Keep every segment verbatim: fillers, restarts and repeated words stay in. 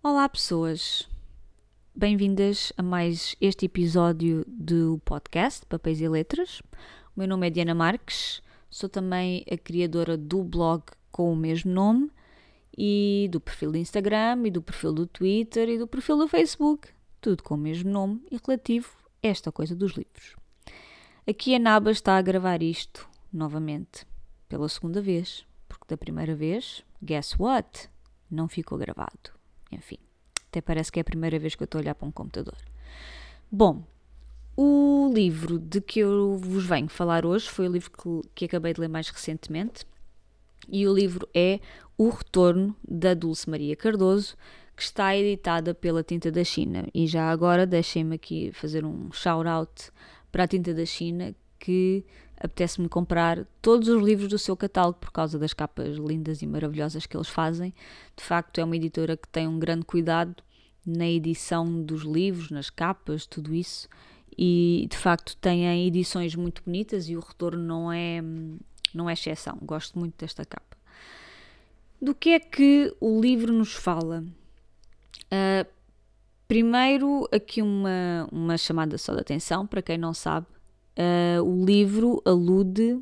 Olá pessoas, bem-vindas a mais este episódio do podcast Papéis e Letras. O meu nome é Diana Marques, sou também a criadora do blog com o mesmo nome e do perfil do Instagram e do perfil do Twitter e do perfil do Facebook, tudo com o mesmo nome e relativo a esta coisa dos livros. Aqui a Naba está a gravar isto novamente, pela segunda vez, porque da primeira vez, guess what? Não ficou gravado. Enfim, até parece que é a primeira vez que eu estou a olhar para um computador. Bom, o livro de que eu vos venho falar hoje foi o livro que, que acabei de ler mais recentemente e o livro é O Retorno, da Dulce Maria Cardoso, que está editada pela Tinta da China. E já agora deixem-me aqui fazer um shout-out para a Tinta da China, que apetece-me comprar todos os livros do seu catálogo por causa das capas lindas e maravilhosas que eles fazem. De facto, é uma editora que tem um grande cuidado na edição dos livros, nas capas, tudo isso. E, de facto, têm edições muito bonitas e o Retorno não é, não é exceção. Gosto muito desta capa. Do que é que o livro nos fala? Uh, primeiro, aqui uma, uma chamada só de atenção, para quem não sabe. Uh, o livro alude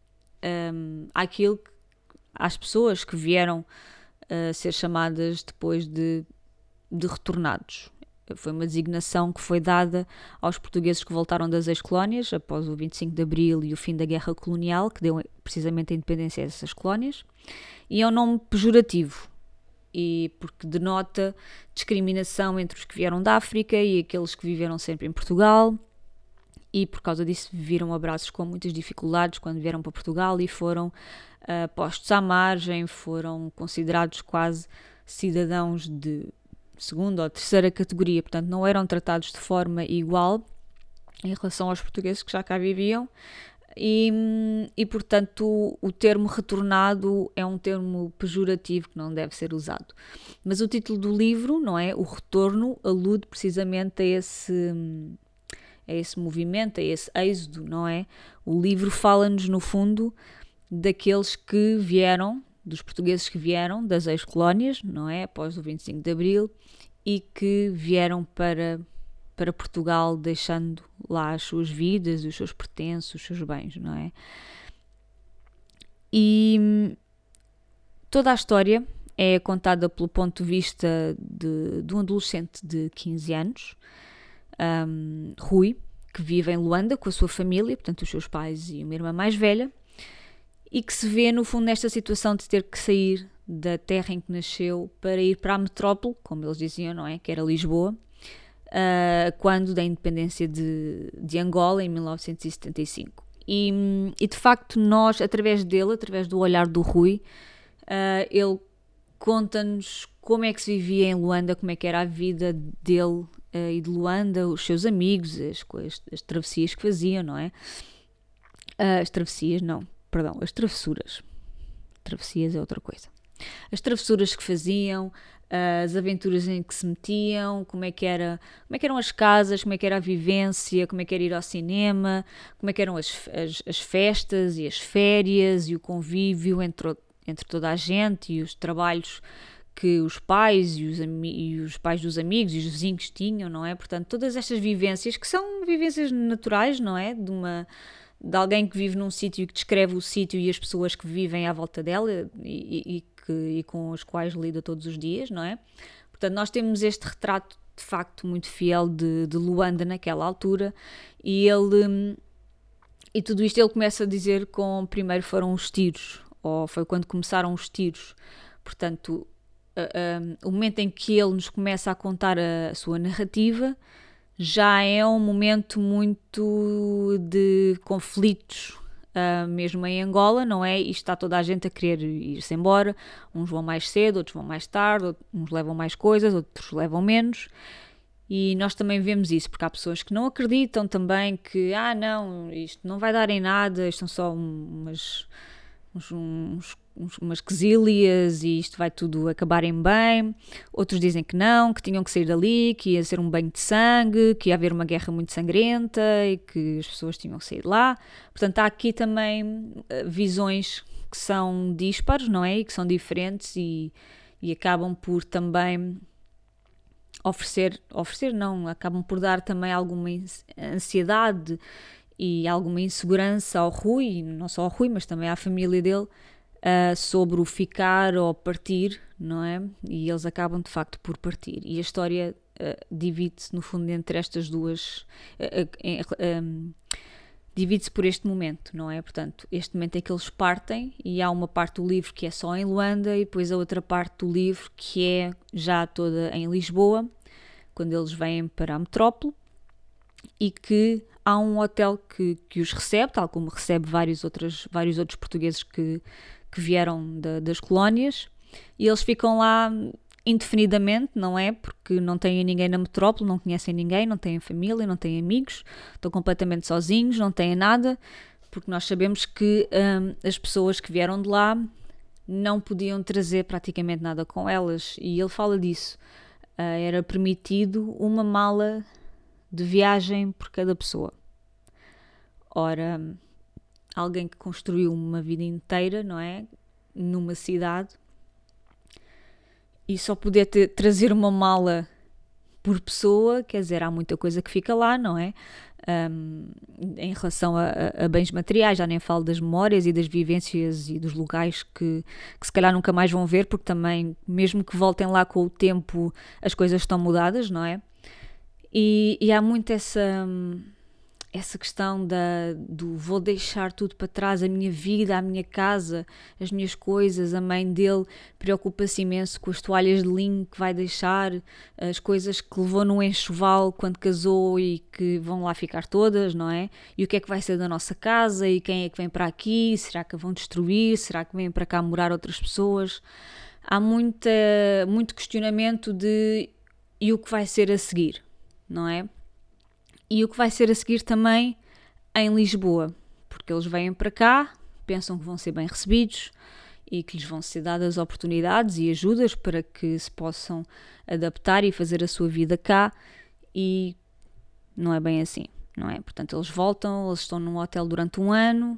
um, àquilo que, às pessoas que vieram a uh, ser chamadas depois de, de retornados. Foi uma designação que foi dada aos portugueses que voltaram das ex-colónias após o vinte e cinco de Abril e o fim da Guerra Colonial, que deu precisamente a independência dessas colónias, e é um nome pejorativo, e porque denota discriminação entre os que vieram da África e aqueles que viveram sempre em Portugal. E por causa disso viram abraços com muitas dificuldades quando vieram para Portugal e foram uh, postos à margem, foram considerados quase cidadãos de segunda ou terceira categoria, portanto não eram tratados de forma igual em relação aos portugueses que já cá viviam e, e portanto o, o termo retornado é um termo pejorativo que não deve ser usado. Mas o título do livro, não é? O Retorno, alude precisamente a esse... a esse movimento, a esse êxodo, não é? O livro fala-nos, no fundo, daqueles que vieram, dos portugueses que vieram das ex-colónias, não é? Após o vinte e cinco de Abril, e que vieram para, para Portugal deixando lá as suas vidas, os seus pertences, os seus bens, não é? E toda a história é contada pelo ponto de vista de, de um adolescente de quinze anos, Um, Rui, que vive em Luanda com a sua família, portanto os seus pais e uma irmã mais velha, e que se vê no fundo nesta situação de ter que sair da terra em que nasceu para ir para a metrópole, como eles diziam, não é? Que era Lisboa, uh, quando da independência de, de Angola em mil novecentos e setenta e cinco. E, e de facto nós, através dele, através do olhar do Rui, uh, ele conta-nos como é que se vivia em Luanda, como é que era a vida dele uh, e de Luanda, os seus amigos, as, as, as travessias que faziam, não é? Uh, as travessias, não, perdão, as travessuras. Travessias é outra coisa. As travessuras que faziam, uh, as aventuras em que se metiam, como é que era, como é que eram as casas, como é que era a vivência, como é que era ir ao cinema, como é que eram as, as, as festas e as férias e o convívio entre, entre toda a gente e os trabalhos que os pais e os, e os pais dos amigos e os vizinhos tinham, não é? Portanto, todas estas vivências, que são vivências naturais, não é? De, uma, de alguém que vive num sítio e que descreve o sítio e as pessoas que vivem à volta dela e, e, que, e com as quais lida todos os dias, não é? Portanto, nós temos este retrato, de facto, muito fiel de, de Luanda naquela altura e ele... E tudo isto ele começa a dizer com, primeiro foram os tiros, ou foi quando começaram os tiros. Portanto... Uh, um, o momento em que ele nos começa a contar a, a sua narrativa já é um momento muito de conflitos, uh, mesmo em Angola, não é? E está toda a gente a querer ir-se embora, uns vão mais cedo, outros vão mais tarde, uns levam mais coisas, outros levam menos, e nós também vemos isso, porque há pessoas que não acreditam também que, ah não, isto não vai dar em nada, isto são só umas... Uns, uns, umas quesílias e isto vai tudo acabar em bem. Outros dizem que não, que tinham que sair dali, que ia ser um banho de sangue, que ia haver uma guerra muito sangrenta e que as pessoas tinham que sair de lá. Portanto, há aqui também uh, visões que são díspares, não é? E que são diferentes e, e acabam por também oferecer, oferecer não, acabam por dar também alguma ansiedade e alguma insegurança ao Rui, não só ao Rui, mas também à família dele, uh, sobre o ficar ou partir, não é? E eles acabam de facto por partir. E a história uh, divide-se no fundo entre estas duas... Uh, uh, um, divide-se por este momento, não é? Portanto, este momento em que eles partem e há uma parte do livro que é só em Luanda e depois a outra parte do livro que é já toda em Lisboa, quando eles vêm para a metrópole, e que há um hotel que, que os recebe, tal como recebe vários, outras, vários outros portugueses que, que vieram da, das colónias, e eles ficam lá indefinidamente, não é? Porque não têm ninguém na metrópole, não conhecem ninguém, não têm família, não têm amigos, estão completamente sozinhos, não têm nada, porque nós sabemos que hum, as pessoas que vieram de lá não podiam trazer praticamente nada com elas, e ele fala disso. Uh, era permitido uma mala de viagem por cada pessoa. Ora, alguém que construiu uma vida inteira, não é? Numa cidade, e só poder ter, trazer uma mala por pessoa, quer dizer, há muita coisa que fica lá, não é? Um, em relação a, a bens materiais, já nem falo das memórias e das vivências e dos lugares que, que se calhar nunca mais vão ver, porque também, mesmo que voltem lá com o tempo, as coisas estão mudadas, não é? E, e há muito essa, essa questão da, do vou deixar tudo para trás, a minha vida, a minha casa, as minhas coisas. A mãe dele preocupa-se imenso com as toalhas de linho que vai deixar, as coisas que levou num enxoval quando casou e que vão lá ficar todas, não é? E o que é que vai ser da nossa casa e quem é que vem para aqui? Será que a vão destruir? Será que vêm para cá morar outras pessoas? Há muita, muito questionamento de e o que vai ser a seguir, não é? E o que vai ser a seguir também em Lisboa, porque eles vêm para cá, pensam que vão ser bem recebidos e que lhes vão ser dadas oportunidades e ajudas para que se possam adaptar e fazer a sua vida cá, e não é bem assim, não é? Portanto, eles voltam, eles estão num hotel durante um ano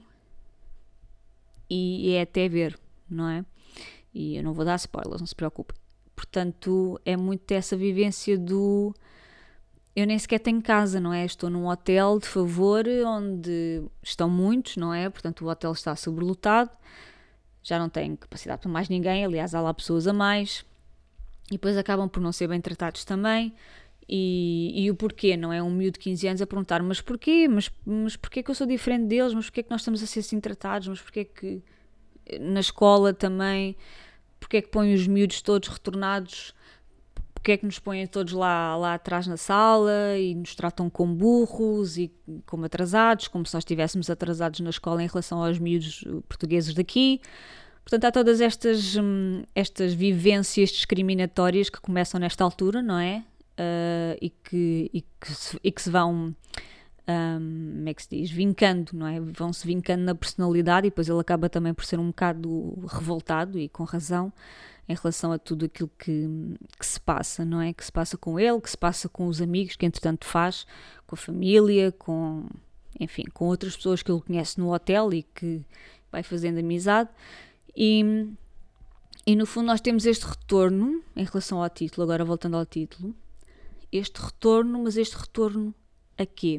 e é até ver, não é? E eu não vou dar spoilers, não se preocupe. Portanto, é muito essa vivência do... Eu nem sequer tenho casa, não é? Estou num hotel de favor onde estão muitos, não é? Portanto, o hotel está sobrelotado, já não tem capacidade para mais ninguém, aliás, há lá pessoas a mais, e depois acabam por não ser bem tratados também. E, e o porquê, não é? Um miúdo de quinze anos a perguntar, mas porquê? Mas, mas porquê que eu sou diferente deles? Mas porquê que nós estamos a ser assim tratados? Mas porquê que na escola também, porquê que põem os miúdos todos retornados? Porque é que nos põem todos lá, lá atrás na sala e nos tratam como burros e como atrasados, como se nós estivéssemos atrasados na escola em relação aos miúdos portugueses daqui. Portanto, há todas estas, hum, estas vivências discriminatórias que começam nesta altura, não é? Uh, e, que, e, que se, e que se vão, um, como é que se diz, vincando, não é? Vão-se vincando na personalidade, e depois ele acaba também por ser um bocado revoltado, e com razão, em relação a tudo aquilo que, que se passa, não é? Que se passa com ele, que se passa com os amigos que entretanto faz, com a família, com, enfim, com outras pessoas que ele conhece no hotel e que vai fazendo amizade. E, e no fundo nós temos este retorno, em relação ao título, agora voltando ao título, este retorno, mas este retorno a quê?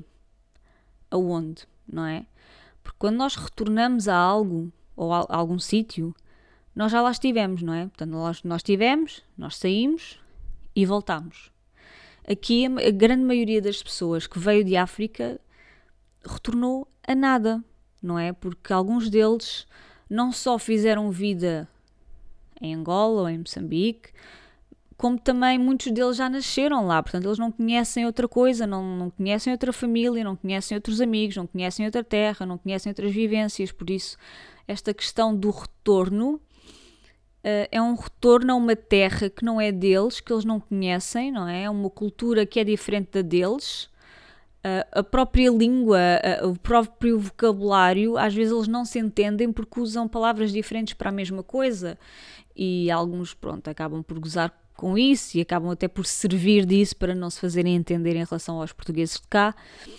Aonde, não é? Porque quando nós retornamos a algo, ou a, a algum sítio, nós já lá estivemos, não é? Portanto, nós, nós estivemos, nós saímos e voltámos. Aqui, a, a grande maioria das pessoas que veio de África retornou a nada, não é? Porque alguns deles não só fizeram vida em Angola ou em Moçambique, como também muitos deles já nasceram lá. Portanto, eles não conhecem outra coisa, não, não conhecem outra família, não conhecem outros amigos, não conhecem outra terra, não conhecem outras vivências. Por isso, esta questão do retorno... Uh, é um retorno a uma terra que não é deles, que eles não conhecem, não é? É uma cultura que é diferente da deles. Uh, a própria língua, uh, o próprio vocabulário, às vezes eles não se entendem porque usam palavras diferentes para a mesma coisa. E alguns, pronto, acabam por gozar com isso e acabam até por servir disso para não se fazerem entender em relação aos portugueses de cá.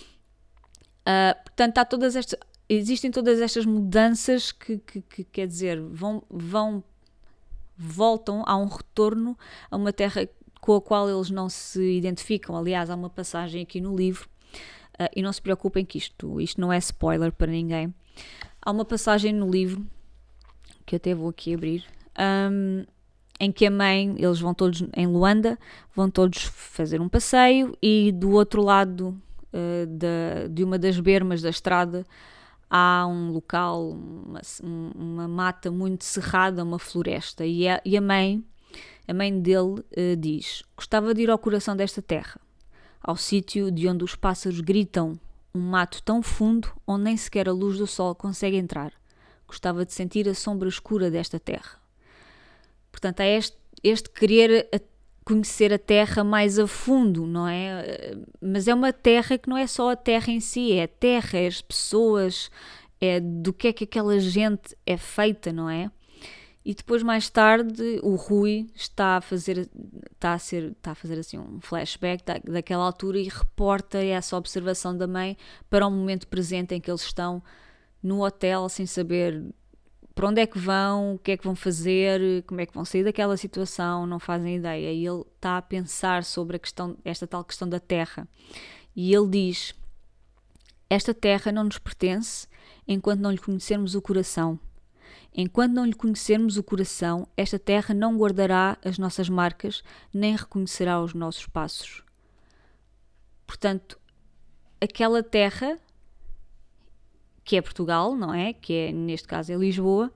Uh, portanto, há todas estas, existem todas estas mudanças que, que, que quer dizer, vão... vão voltam a um retorno a uma terra com a qual eles não se identificam. Aliás, há uma passagem aqui no livro, uh, e não se preocupem que isto, isto não é spoiler para ninguém. Há uma passagem no livro, que eu até vou aqui abrir, um, em que a mãe, eles vão todos em Luanda, vão todos fazer um passeio, e do outro lado uh, de, de uma das bermas da estrada há um local, uma, uma mata muito cerrada, uma floresta, e a, e a mãe, a mãe dele uh, diz: gostava de ir ao coração desta terra, ao sítio de onde os pássaros gritam, um mato tão fundo onde nem sequer a luz do sol consegue entrar. Gostava de sentir a sombra escura desta terra. Portanto, há este, este querer a, conhecer a terra mais a fundo, não é? Mas é uma terra que não é só a terra em si, é a terra, é as pessoas, é do que é que aquela gente é feita, não é? E depois, mais tarde, o Rui está a fazer, está a ser, está a fazer assim um flashback da, daquela altura e reporta essa observação da mãe para o momento presente em que eles estão no hotel sem saber para onde é que vão, o que é que vão fazer, como é que vão sair daquela situação, não fazem ideia. E ele está a pensar sobre a questão, esta tal questão da terra. E ele diz: esta terra não nos pertence enquanto não lhe conhecermos o coração. Enquanto não lhe conhecermos o coração, esta terra não guardará as nossas marcas, nem reconhecerá os nossos passos. Portanto, aquela terra, que é Portugal, não é? Que é, neste caso, é Lisboa,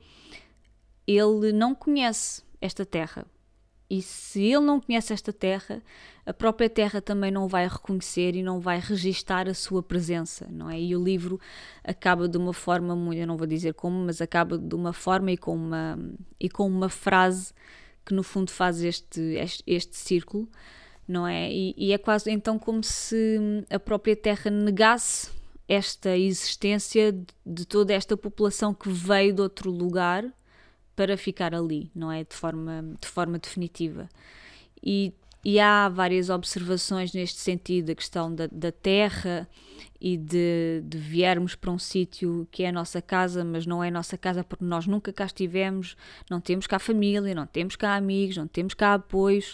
ele não conhece esta terra. E se ele não conhece esta terra, a própria terra também não vai reconhecer e não vai registar a sua presença, não é? E o livro acaba de uma forma muito, eu não vou dizer como, mas acaba de uma forma e com uma, e com uma frase que no fundo faz este, este, este círculo, não é? E, e é quase então como se a própria terra negasse esta existência de, de toda esta população que veio de outro lugar para ficar ali, não é? De forma, de forma definitiva. E, e há várias observações neste sentido, a questão da, da terra e de, de viermos para um sítio que é a nossa casa, mas não é a nossa casa porque nós nunca cá estivemos, não temos cá família, não temos cá amigos, não temos cá apoios,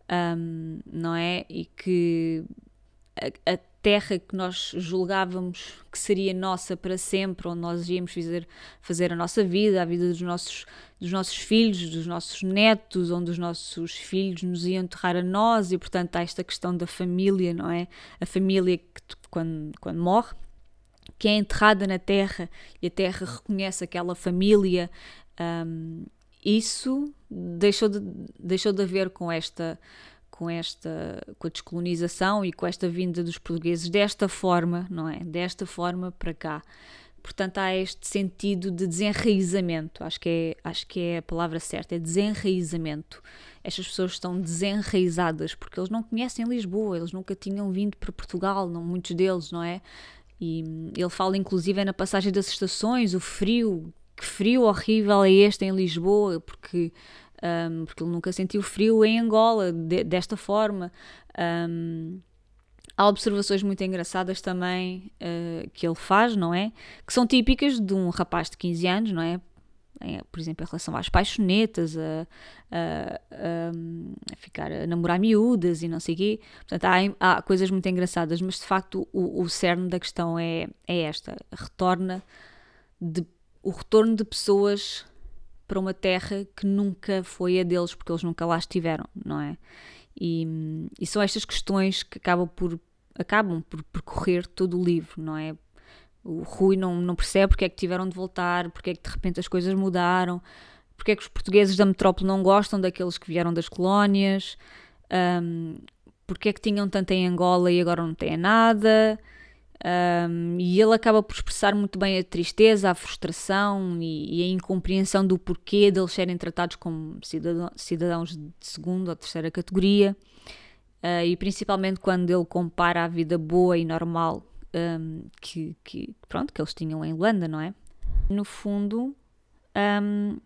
um, não é? E que a, a terra que nós julgávamos que seria nossa para sempre, onde nós íamos fazer, fazer a nossa vida, a vida dos nossos, dos nossos filhos, dos nossos netos, onde os nossos filhos nos iam enterrar a nós, e portanto há esta questão da família, não é? A família que quando, quando morre, que é enterrada na terra, e a terra reconhece aquela família, um, isso deixou de, deixou de haver com esta com esta, com a descolonização e com esta vinda dos portugueses desta forma, não é? Desta forma para cá. Portanto, há este sentido de desenraizamento, acho que é, acho que é a palavra certa, é desenraizamento. Estas pessoas estão desenraizadas porque eles não conhecem Lisboa, eles nunca tinham vindo para Portugal, não, muitos deles, não é? E ele fala inclusive na passagem das estações, o frio, que frio horrível é este em Lisboa, porque... Um, porque ele nunca sentiu frio em Angola de, desta forma. Um, há observações muito engraçadas também uh, que ele faz, não é? Que são típicas de um rapaz de quinze anos, não é? É, por exemplo, em relação às paixonetas, a, a, a, a ficar a namorar miúdas e não sei o quê. Portanto, há, há coisas muito engraçadas, mas de facto o, o cerne da questão é, é esta. Retorna de, o retorno de pessoas para uma terra que nunca foi a deles, porque eles nunca lá estiveram, não é? E, e são estas questões que acabam por, acabam por percorrer todo o livro, não é? O Rui não, não percebe porque é que tiveram de voltar, porque é que de repente as coisas mudaram, porque é que os portugueses da metrópole não gostam daqueles que vieram das colónias, um, porque é que tinham tanto em Angola e agora não têm nada... Um, e ele acaba por expressar muito bem a tristeza, a frustração e, e a incompreensão do porquê deles serem tratados como cidadão, cidadãos de segunda ou terceira categoria, uh, e principalmente quando ele compara a vida boa e normal um, que, que, pronto, que eles tinham em Luanda, não é? No fundo, um,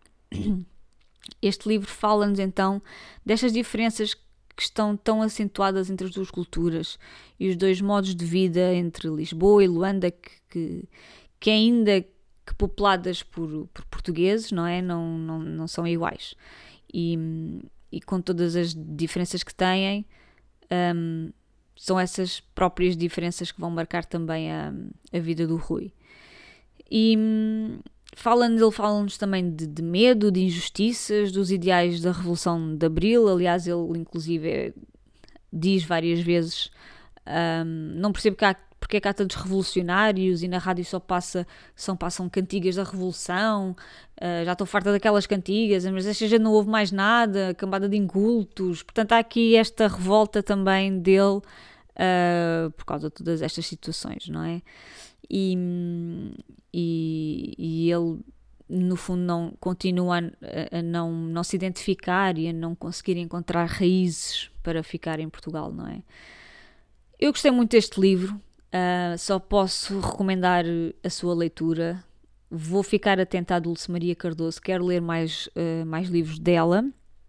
este livro fala-nos então destas diferenças que estão tão acentuadas entre as duas culturas e os dois modos de vida entre Lisboa e Luanda, que, que, que ainda que populadas por, por portugueses, não é? Não, não, não são iguais. E, e com todas as diferenças que têm, um, são essas próprias diferenças que vão marcar também a, a vida do Rui. E hum, falando, ele fala-nos também de, de medo, de injustiças, dos ideais da Revolução de Abril. Aliás, ele inclusive diz várias vezes, um, não percebo que há, porque é que há tantos revolucionários e na rádio só passa, são, passam cantigas da Revolução, uh, já estou farta daquelas cantigas, mas esta já não houve mais nada, cambada de incultos. Portanto, há aqui esta revolta também dele uh, por causa de todas estas situações, não é? E, e, e ele, no fundo, não, continua a, a não, não se identificar e a não conseguir encontrar raízes para ficar em Portugal, não é? Eu gostei muito deste livro, uh, só posso recomendar a sua leitura. Vou ficar atenta à Dulce Maria Cardoso, quero ler mais, uh, mais livros dela,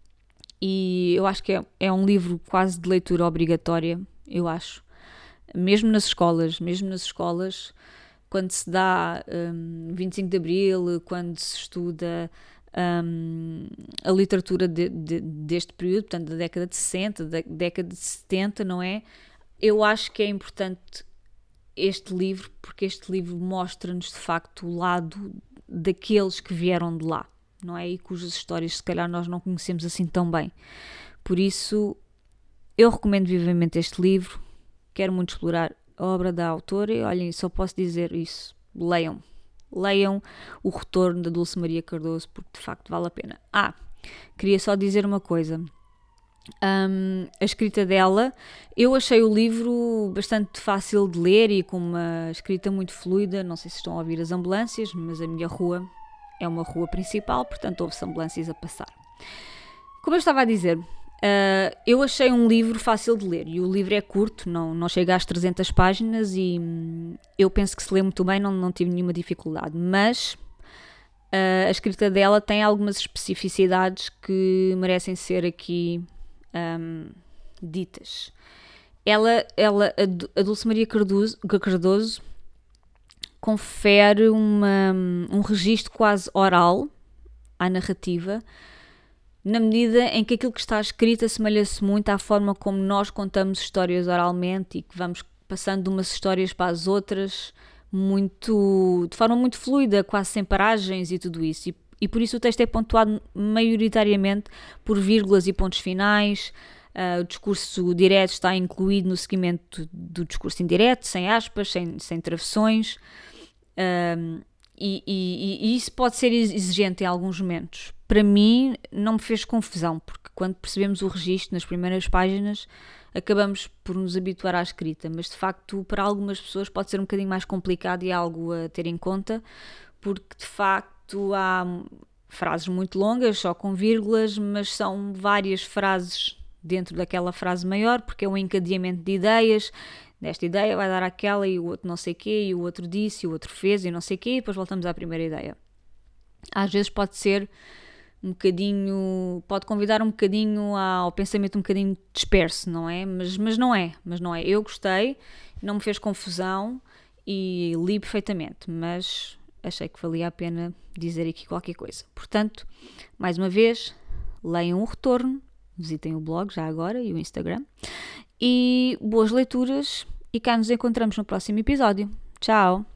e eu acho que é, é um livro quase de leitura obrigatória, eu acho. Mesmo nas escolas, mesmo nas escolas, quando se dá um, vinte e cinco de Abril, quando se estuda um, a literatura de, de, deste período, portanto da década de sessenta, da década de setenta, não é? Eu acho que é importante este livro, porque este livro mostra-nos de facto o lado daqueles que vieram de lá, não é? E cujas histórias se calhar nós não conhecemos assim tão bem. Por isso, eu recomendo vivamente este livro. Quero muito explorar a obra da autora e olhem, só posso dizer isso. Leiam. Leiam O Retorno da Dulce Maria Cardoso, porque de facto vale a pena. Ah, queria só dizer uma coisa. Um, a escrita dela, eu achei o livro bastante fácil de ler e com uma escrita muito fluida. Não sei se estão a ouvir as ambulâncias, mas a minha rua é uma rua principal, portanto houve-se ambulâncias a passar. Como eu estava a dizer, Uh, eu achei um livro fácil de ler e o livro é curto, não, não chega às trezentas páginas e hum, eu penso que se lê muito bem, não, não tive nenhuma dificuldade, mas uh, a escrita dela tem algumas especificidades que merecem ser aqui um, ditas. Ela, ela, a Dulce Maria Cardoso, Cardoso confere uma, um registro quase oral à narrativa, na medida em que aquilo que está escrito assemelha-se muito à forma como nós contamos histórias oralmente e que vamos passando de umas histórias para as outras muito, de forma muito fluida, quase sem paragens e tudo isso. E, e por isso o texto é pontuado maioritariamente por vírgulas e pontos finais. Uh, o discurso direto está incluído no seguimento do discurso indireto, sem aspas, sem, sem travessões. Uh, E, e, e isso pode ser exigente em alguns momentos. Para mim não me fez confusão, porque quando percebemos o registro nas primeiras páginas acabamos por nos habituar à escrita, mas de facto para algumas pessoas pode ser um bocadinho mais complicado e é algo a ter em conta, porque de facto há frases muito longas, só com vírgulas, mas são várias frases dentro daquela frase maior, porque é um encadeamento de ideias. Desta ideia vai dar aquela e o outro não sei o quê, e o outro disse, e o outro fez e não sei o quê, e depois voltamos à primeira ideia. Às vezes pode ser um bocadinho, pode convidar um bocadinho ao pensamento um bocadinho disperso, não é? Mas, mas não é, mas não é. Eu gostei, não me fez confusão e li perfeitamente, mas achei que valia a pena dizer aqui qualquer coisa. Portanto, mais uma vez, leiam O Retorno, visitem o blog já agora e o Instagram, e boas leituras, e cá nos encontramos no próximo episódio. Tchau!